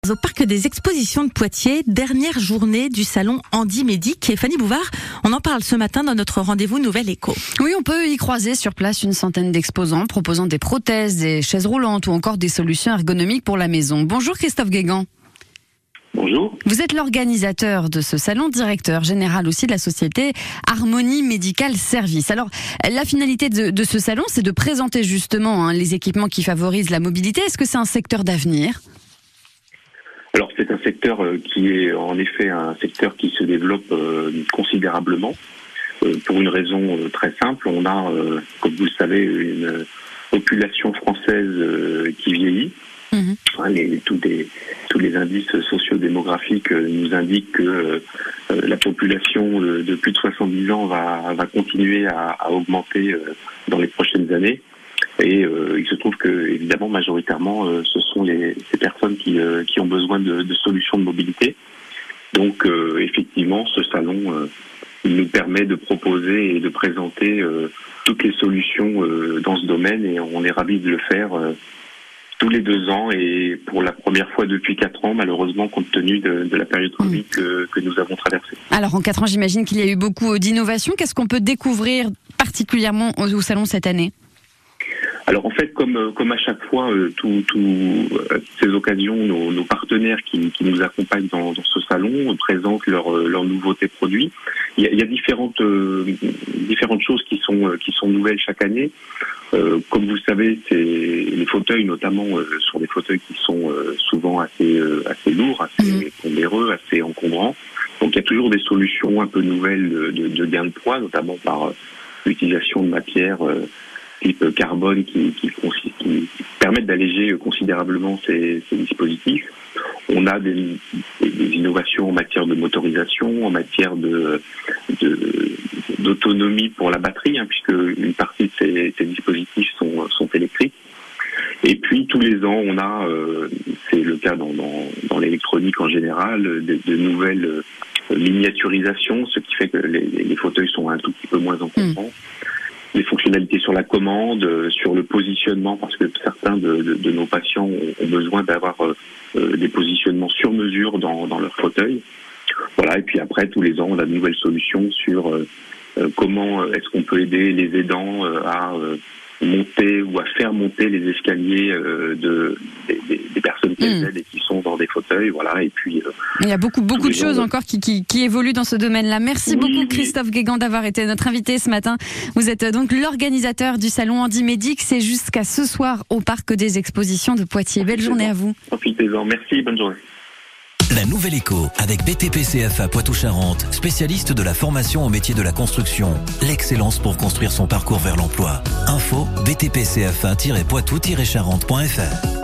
Au parc des expositions de Poitiers, dernière journée du salon Handimédic. Et Fanny Bouvard, on en parle ce matin dans notre rendez-vous Nouvelle Écho. Oui, on peut y croiser sur place une centaine d'exposants proposant des prothèses, des chaises roulantes ou encore des solutions ergonomiques pour la maison. Bonjour Christophe Guégan. Bonjour. Vous êtes l'organisateur de ce salon, directeur général aussi de la société Harmonie Medical Service. Alors, la finalité de ce salon, c'est de présenter justement les équipements qui favorisent la mobilité. Est-ce que c'est un secteur d'avenir ? Alors c'est un secteur qui est en effet un secteur qui se développe considérablement pour une raison très simple. On a, comme vous le savez, une population française qui vieillit. Tous les indices sociodémographiques nous indiquent que la population de plus de 70 ans va continuer à augmenter dans les prochaines années. Et il se trouve que, évidemment, majoritairement, ce sont ces personnes qui ont besoin de solutions de mobilité. Donc, effectivement, ce salon nous permet de proposer et de présenter toutes les solutions dans ce domaine, et on est ravis de le faire tous les 2 ans, et pour la première fois depuis 4 ans, malheureusement, compte tenu de la période Covid que nous avons traversée. Alors, en 4 ans, j'imagine qu'il y a eu beaucoup d'innovations. Qu'est-ce qu'on peut découvrir particulièrement au salon cette année ? Alors en fait, comme à chaque fois, ces occasions, nos partenaires qui nous accompagnent dans ce salon présentent leurs nouveautés produits. Il y a différentes choses qui sont nouvelles chaque année. Comme vous le savez, les fauteuils, notamment, sont des fauteuils qui sont souvent assez lourds, assez pondéreux, assez encombrants. Donc il y a toujours des solutions un peu nouvelles de gain de poids, notamment par l'utilisation de matières type carbone qui permettent d'alléger considérablement ces dispositifs. On a des innovations en matière de motorisation, en matière d'autonomie pour la batterie, puisque une partie de ces dispositifs sont électriques. Et puis tous les ans, on a, c'est le cas dans l'électronique en général, de nouvelles miniaturisations, ce qui fait que les fauteuils sont un tout petit peu moins encombrants. Des fonctionnalités sur la commande, sur le positionnement, parce que certains de nos patients ont besoin d'avoir des positionnements sur mesure dans leur fauteuil. Voilà, et puis après, tous les ans, on a de nouvelles solutions sur comment est-ce qu'on peut aider les aidants à monter ou à faire monter les escaliers des personnes qui les aident et qui sont dans des fauteuils, voilà. Et puis il y a beaucoup de choses encore qui évoluent dans ce domaine-là. Merci beaucoup Christophe Guégan d'avoir été notre invité ce matin. Vous êtes donc l'organisateur du salon Handimédic. C'est jusqu'à ce soir au parc des expositions de Poitiers. Belle journée à vous. Profitez-en. Merci, bonne journée. La Nouvelle Écho avec BTP CFA Poitou-Charentes, spécialiste de la formation au métier de la construction. L'excellence pour construire son parcours vers l'emploi. Info btpcfa-poitou-charentes.fr.